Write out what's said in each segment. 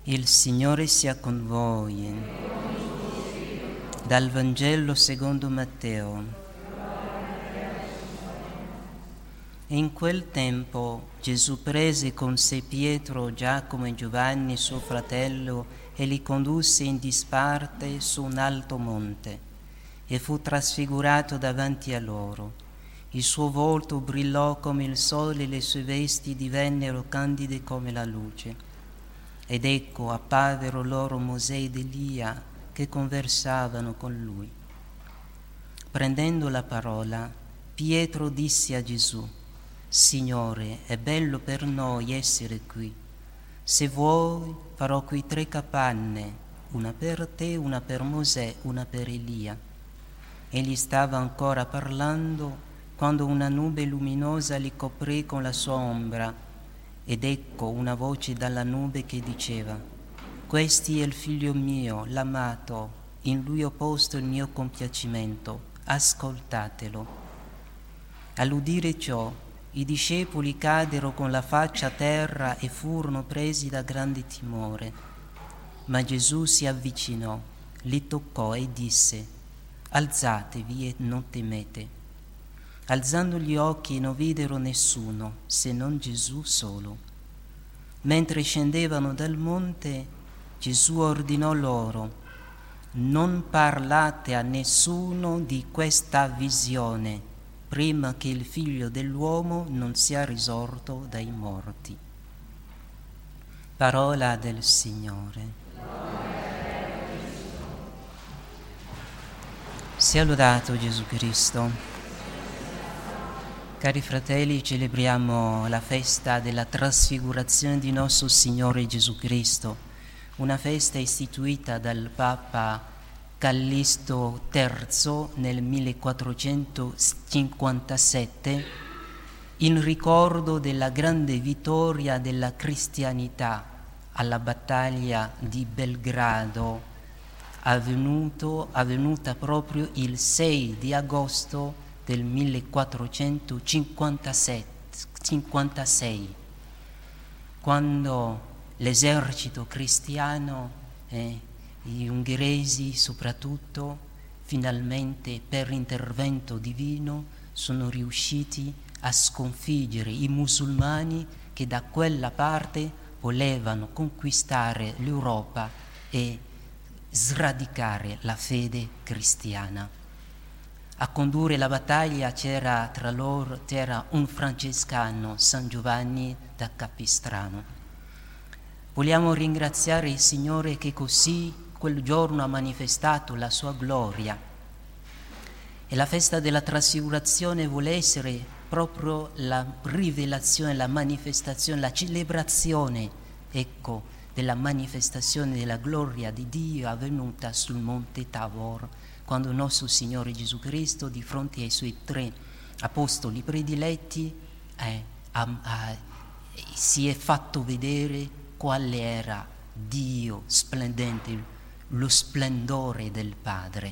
Il Signore sia con voi. Dal Vangelo secondo Matteo. In quel tempo Gesù prese con sé Pietro, Giacomo e Giovanni, suo fratello, e li condusse in disparte su un alto monte, e fu trasfigurato davanti a loro. Il suo volto brillò come il sole e le sue vesti divennero candide come la luce. Ed ecco, apparvero loro Mosè ed Elia che conversavano con lui. Prendendo la parola, Pietro disse a Gesù: Signore, è bello per noi essere qui. Se vuoi, farò qui 3 capanne, una per te, una per Mosè, una per Elia. Egli stava ancora parlando quando una nube luminosa li coprì con la sua ombra. Ed ecco una voce dalla nube che diceva: Questi è il figlio mio, l'amato, in lui ho posto il mio compiacimento, ascoltatelo. All'udire ciò, i discepoli cadero con la faccia a terra e furono presi da grande timore. Ma Gesù si avvicinò, li toccò e disse: Alzatevi e non temete. Alzando gli occhi non videro nessuno, se non Gesù solo. Mentre scendevano dal monte, Gesù ordinò loro: Non parlate a nessuno di questa visione, prima che il Figlio dell'uomo non sia risorto dai morti. Parola del Signore. Sia lodato Gesù Cristo. Cari fratelli, celebriamo la festa della trasfigurazione di nostro Signore Gesù Cristo, una festa istituita dal Papa Callisto III nel 1457 in ricordo della grande vittoria della cristianità alla battaglia di Belgrado, avvenuta proprio il 6 di agosto del 1456, quando l'esercito cristiano, gli ungheresi soprattutto, finalmente per intervento divino sono riusciti a sconfiggere i musulmani che da quella parte volevano conquistare l'Europa e sradicare la fede cristiana. A condurre la battaglia c'era un francescano, San Giovanni da Capistrano. Vogliamo ringraziare il Signore che così quel giorno ha manifestato la sua gloria. E la festa della trasfigurazione vuole essere proprio la rivelazione, la manifestazione, la celebrazione, della manifestazione della gloria di Dio avvenuta sul monte Tabor, quando il nostro Signore Gesù Cristo, di fronte ai Suoi 3 apostoli prediletti, si è fatto vedere quale era Dio splendente, lo splendore del Padre.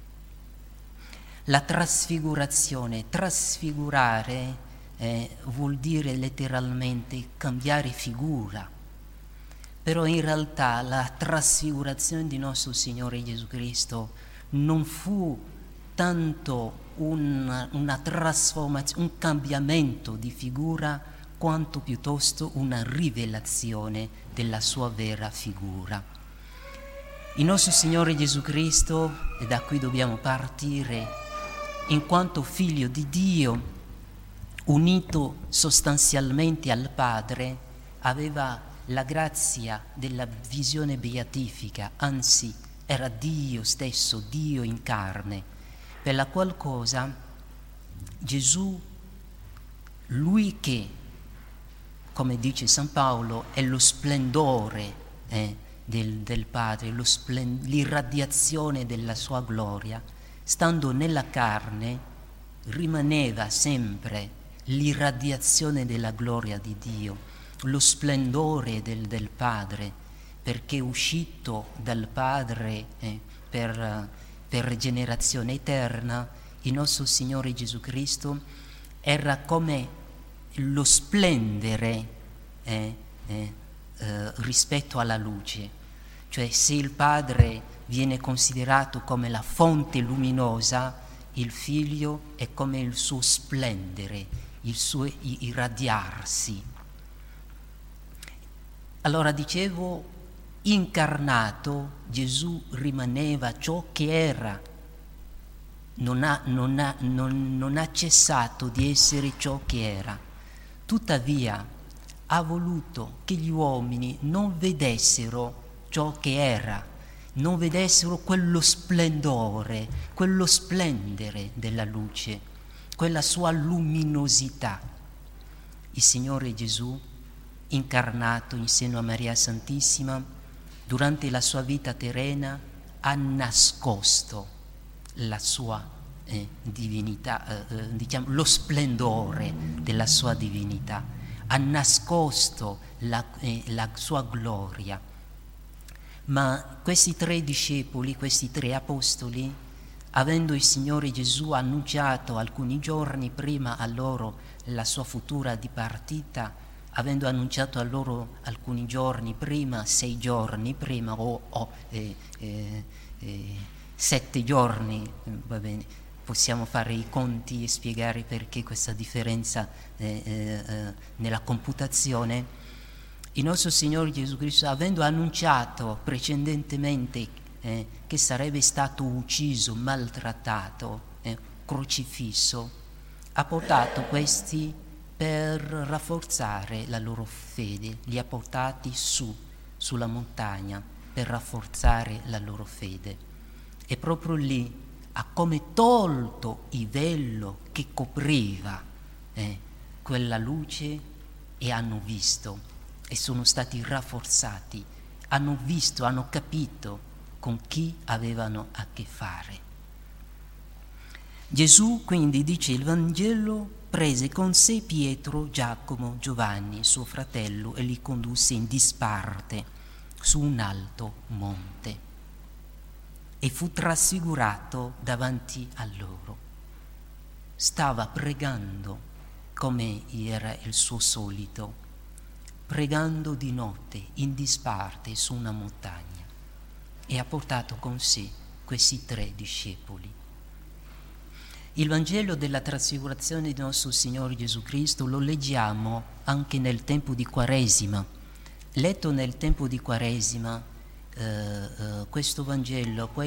La trasfigurazione, trasfigurare vuol dire letteralmente cambiare figura, però in realtà la trasfigurazione di nostro Signore Gesù Cristo non fu tanto una trasformazione, un cambiamento di figura, quanto piuttosto una rivelazione della sua vera figura. Il nostro Signore Gesù Cristo, e da qui dobbiamo partire, in quanto figlio di Dio, unito sostanzialmente al Padre, aveva la grazia della visione beatifica, anzi era Dio stesso, Dio in carne, per la qual cosa Gesù, lui che, come dice San Paolo, è lo splendore del Padre, l'irradiazione della sua gloria, stando nella carne rimaneva sempre l'irradiazione della gloria di Dio, lo splendore del Padre, perché uscito dal Padre per generazione eterna, il nostro Signore Gesù Cristo era come lo splendere rispetto alla luce. Cioè, se il Padre viene considerato come la fonte luminosa, il Figlio è come il suo splendere, il suo irradiarsi. Allora dicevo, incarnato, Gesù rimaneva ciò che era, non ha cessato di essere ciò che era. Tuttavia ha voluto che gli uomini non vedessero ciò che era, non vedessero quello splendore, quello splendere della luce, quella sua luminosità. Il Signore Gesù, incarnato in seno a Maria Santissima, durante la sua vita terrena ha nascosto la sua divinità, diciamo lo splendore della sua divinità, ha nascosto la sua gloria. Ma questi 3 discepoli, questi 3 apostoli, avendo il Signore Gesù annunciato alcuni giorni prima a loro la sua futura dipartita, avendo annunciato a loro alcuni giorni prima, 6 giorni prima o 7 giorni, va bene, possiamo fare i conti e spiegare perché questa differenza nella computazione. Il nostro Signore Gesù Cristo, avendo annunciato precedentemente che sarebbe stato ucciso, maltrattato, crocifisso, ha portato questi per rafforzare la loro fede, li ha portati sulla montagna per rafforzare la loro fede. E proprio lì ha come tolto il velo che copriva quella luce e hanno visto e sono stati rafforzati, hanno visto, hanno capito con chi avevano a che fare. Gesù quindi, dice il Vangelo, prese con sé Pietro, Giacomo, Giovanni, suo fratello, e li condusse in disparte su un alto monte e fu trasfigurato davanti a loro. Stava pregando come era il suo solito, pregando di notte in disparte su una montagna, e ha portato con sé questi 3 discepoli. Il Vangelo della trasfigurazione di nostro Signore Gesù Cristo lo leggiamo anche nel tempo di Quaresima. Letto nel tempo di Quaresima, questo Vangelo può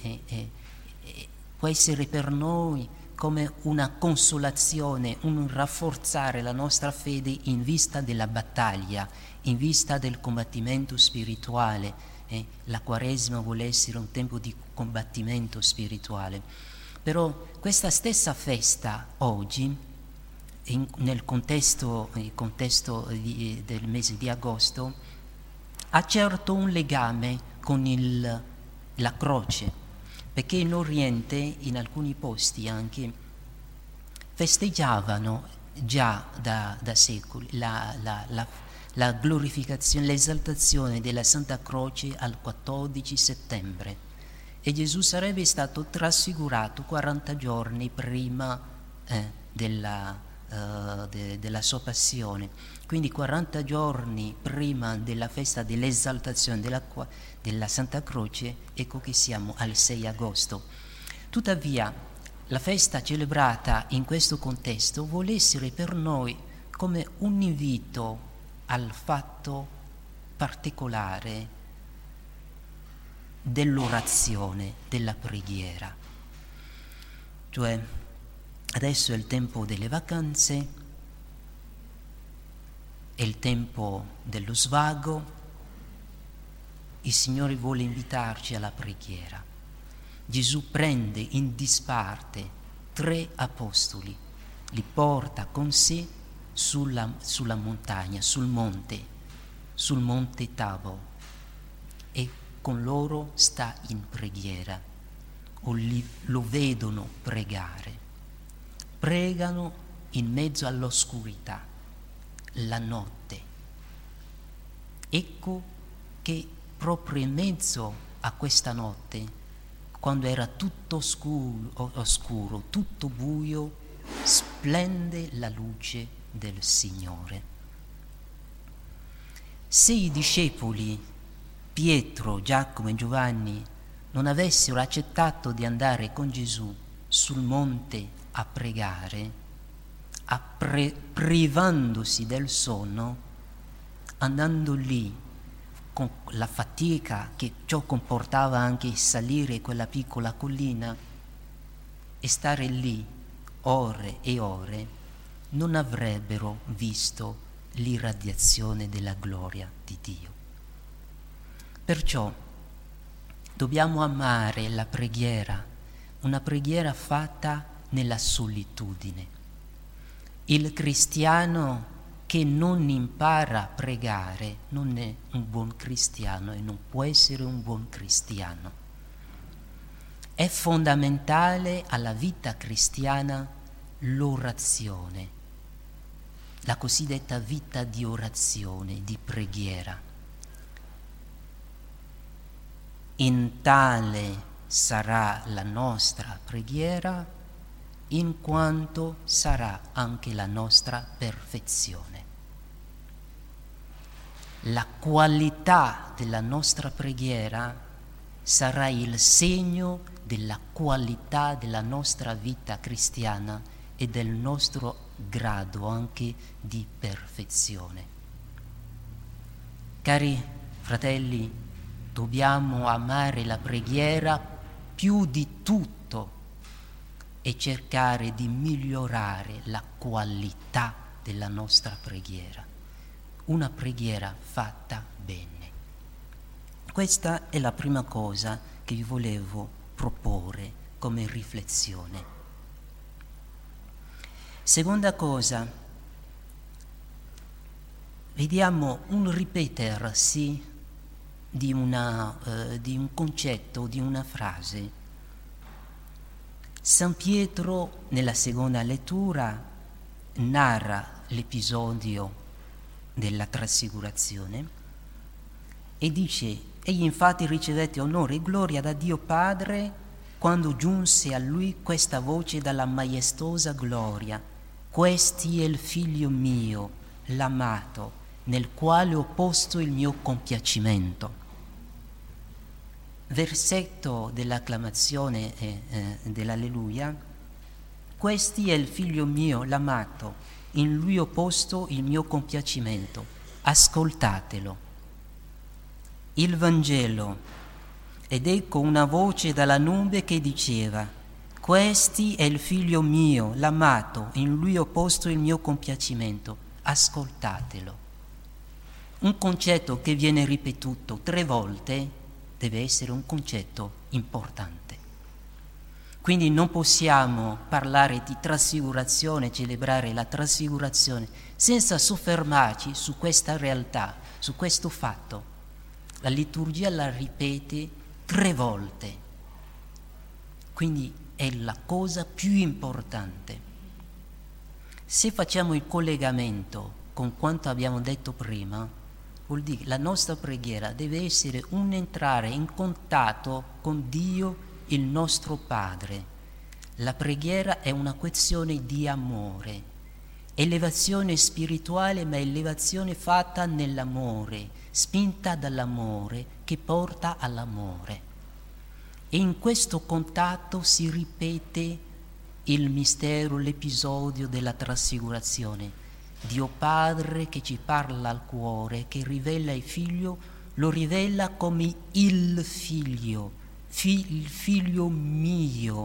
essere per noi come una consolazione, un rafforzare la nostra fede in vista della battaglia, in vista del combattimento spirituale. La Quaresima vuole essere un tempo di combattimento spirituale. Però questa stessa festa oggi, nel contesto del mese di agosto, ha certo un legame con la croce, perché in Oriente, in alcuni posti anche, festeggiavano già da secoli la glorificazione, l'esaltazione della Santa Croce al 14 settembre. E Gesù sarebbe stato trasfigurato 40 giorni prima della sua passione. Quindi 40 giorni prima della festa dell'esaltazione della Santa Croce, ecco che siamo al 6 agosto. Tuttavia, la festa celebrata in questo contesto vuole essere per noi come un invito al fatto particolare dell'orazione, della preghiera. Cioè, adesso è il tempo delle vacanze, è il tempo dello svago, il Signore vuole invitarci alla preghiera. Gesù prende in disparte 3 apostoli, li porta con sé sulla montagna, sul monte Tabor, e con loro sta in preghiera, o lo vedono pregare. Pregano in mezzo all'oscurità, la notte. Ecco che proprio in mezzo a questa notte, quando era tutto oscuro, tutto buio, splende la luce del Signore. Se i discepoli Pietro, Giacomo e Giovanni non avessero accettato di andare con Gesù sul monte a pregare, privandosi del sonno, andando lì con la fatica che ciò comportava anche salire quella piccola collina e stare lì ore e ore, non avrebbero visto l'irradiazione della gloria di Dio. Perciò dobbiamo amare la preghiera, una preghiera fatta nella solitudine. Il cristiano che non impara a pregare non è un buon cristiano e non può essere un buon cristiano. È fondamentale alla vita cristiana l'orazione, la cosiddetta vita di orazione, di preghiera. In tale sarà la nostra preghiera, in quanto sarà anche la nostra perfezione. La qualità della nostra preghiera sarà il segno della qualità della nostra vita cristiana e del nostro grado anche di perfezione. Cari fratelli, dobbiamo amare la preghiera più di tutto e cercare di migliorare la qualità della nostra preghiera. Una preghiera fatta bene. Questa è la prima cosa che vi volevo proporre come riflessione. Seconda cosa, vediamo un ripetersi di un concetto, di una frase. San Pietro, nella seconda lettura, narra l'episodio della trasfigurazione e dice: egli infatti ricevette onore e gloria da Dio Padre quando giunse a lui questa voce dalla maestosa gloria: questi è il figlio mio, l'amato, nel quale ho posto il mio compiacimento. Versetto dell'acclamazione dell'Alleluia: questi è il figlio mio, l'amato, in lui ho posto il mio compiacimento, ascoltatelo. Il Vangelo: ed ecco una voce dalla nube che diceva: questi è il figlio mio, l'amato, in lui ho posto il mio compiacimento, ascoltatelo. Un concetto che viene ripetuto 3 volte deve essere un concetto importante. Quindi non possiamo parlare di trasfigurazione, celebrare la trasfigurazione, senza soffermarci su questa realtà, su questo fatto. La liturgia la ripete 3 volte. Quindi è la cosa più importante. Se facciamo il collegamento con quanto abbiamo detto prima, vuol dire che la nostra preghiera deve essere un entrare in contatto con Dio, il nostro Padre. La preghiera è una questione di amore, elevazione spirituale, ma elevazione fatta nell'amore, spinta dall'amore che porta all'amore. E in questo contatto si ripete il mistero, l'episodio della trasfigurazione. Dio Padre che ci parla al cuore, che rivela il Figlio, lo rivela come il Figlio, il Figlio mio,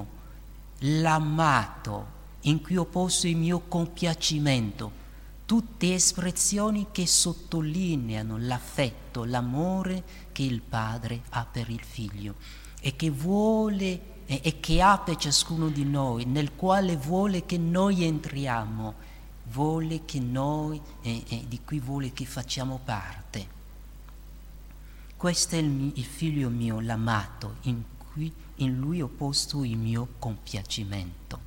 l'amato, in cui ho posto il mio compiacimento. Tutte espressioni che sottolineano l'affetto, l'amore che il Padre ha per il Figlio e che vuole e che ha per ciascuno di noi, nel quale vuole che noi entriamo, vuole che noi, di cui vuole che facciamo parte. Questo è il figlio mio, l'amato, in lui ho posto il mio compiacimento.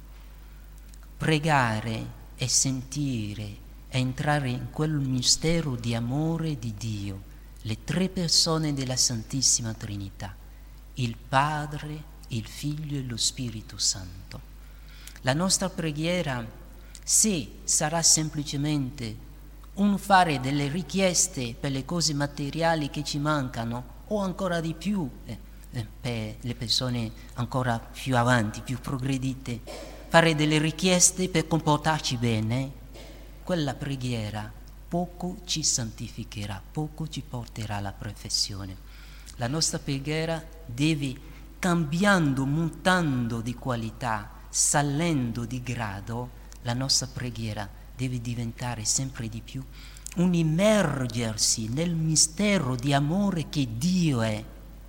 Pregare è sentire, è entrare in quel mistero di amore di Dio, le 3 persone della Santissima Trinità, il Padre, il Figlio e lo Spirito Santo. La nostra preghiera, se sarà semplicemente un fare delle richieste per le cose materiali che ci mancano, o ancora di più per le persone ancora più avanti, più progredite, fare delle richieste per comportarci bene, quella preghiera poco ci santificherà, poco ci porterà alla perfezione. La nostra preghiera deve, cambiando, mutando di qualità, salendo di grado, la nostra preghiera deve diventare sempre di più un immergersi nel mistero di amore che Dio è,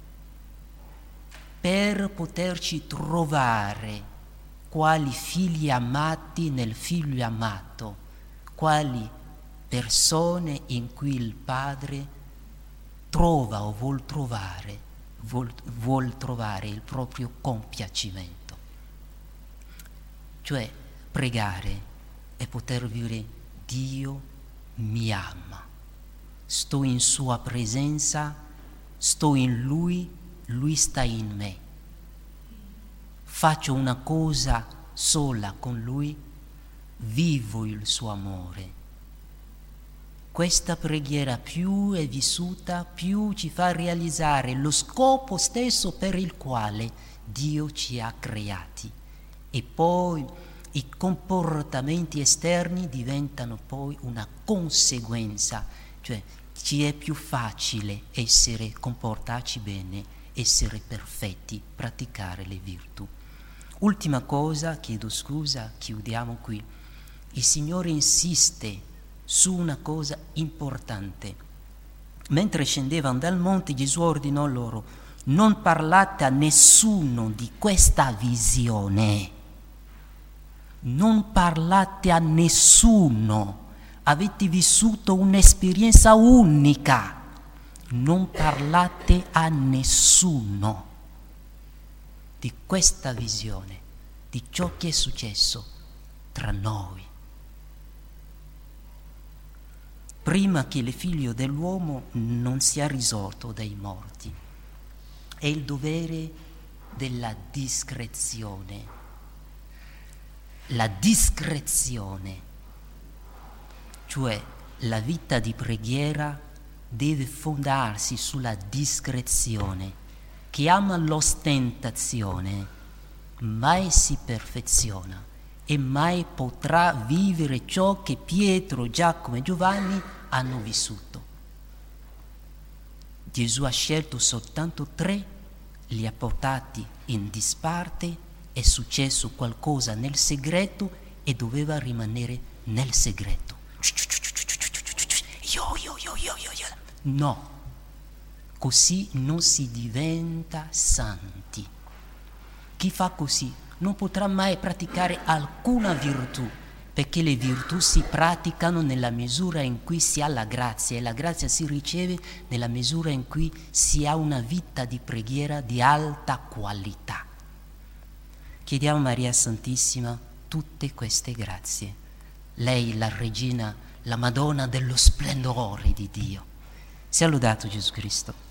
per poterci trovare quali figli amati nel figlio amato, quali persone in cui il Padre trova o vuol trovare il proprio compiacimento. Cioè pregare e poter dire: Dio mi ama, sto in sua presenza, sto in Lui, Lui sta in me. Faccio una cosa sola con Lui, vivo il suo amore. Questa preghiera più è vissuta, più ci fa realizzare lo scopo stesso per il quale Dio ci ha creati. E poi i comportamenti esterni diventano poi una conseguenza, cioè ci è più facile comportarci bene, essere perfetti, praticare le virtù. Ultima cosa, chiedo scusa, chiudiamo qui. Il Signore insiste su una cosa importante. Mentre scendevano dal monte, Gesù ordinò loro: non parlate a nessuno di questa visione. Non parlate a nessuno. Avete vissuto un'esperienza unica. Non parlate a nessuno di questa visione, di ciò che è successo tra noi. Prima che il figlio dell'uomo non sia risorto dai morti. È il dovere della discrezione. La discrezione, cioè la vita di preghiera, deve fondarsi sulla discrezione. Chi ama l'ostentazione mai si perfeziona e mai potrà vivere ciò che Pietro, Giacomo e Giovanni hanno vissuto. Gesù ha scelto soltanto 3, li ha portati in disparte, è successo qualcosa nel segreto e doveva rimanere nel segreto. No, così non si diventa santi. Chi fa così non potrà mai praticare alcuna virtù, perché le virtù si praticano nella misura in cui si ha la grazia, e la grazia si riceve nella misura in cui si ha una vita di preghiera di alta qualità. Chiediamo a Maria Santissima tutte queste grazie. Lei, la Regina, la Madonna dello splendore di Dio. Sia lodato Gesù Cristo.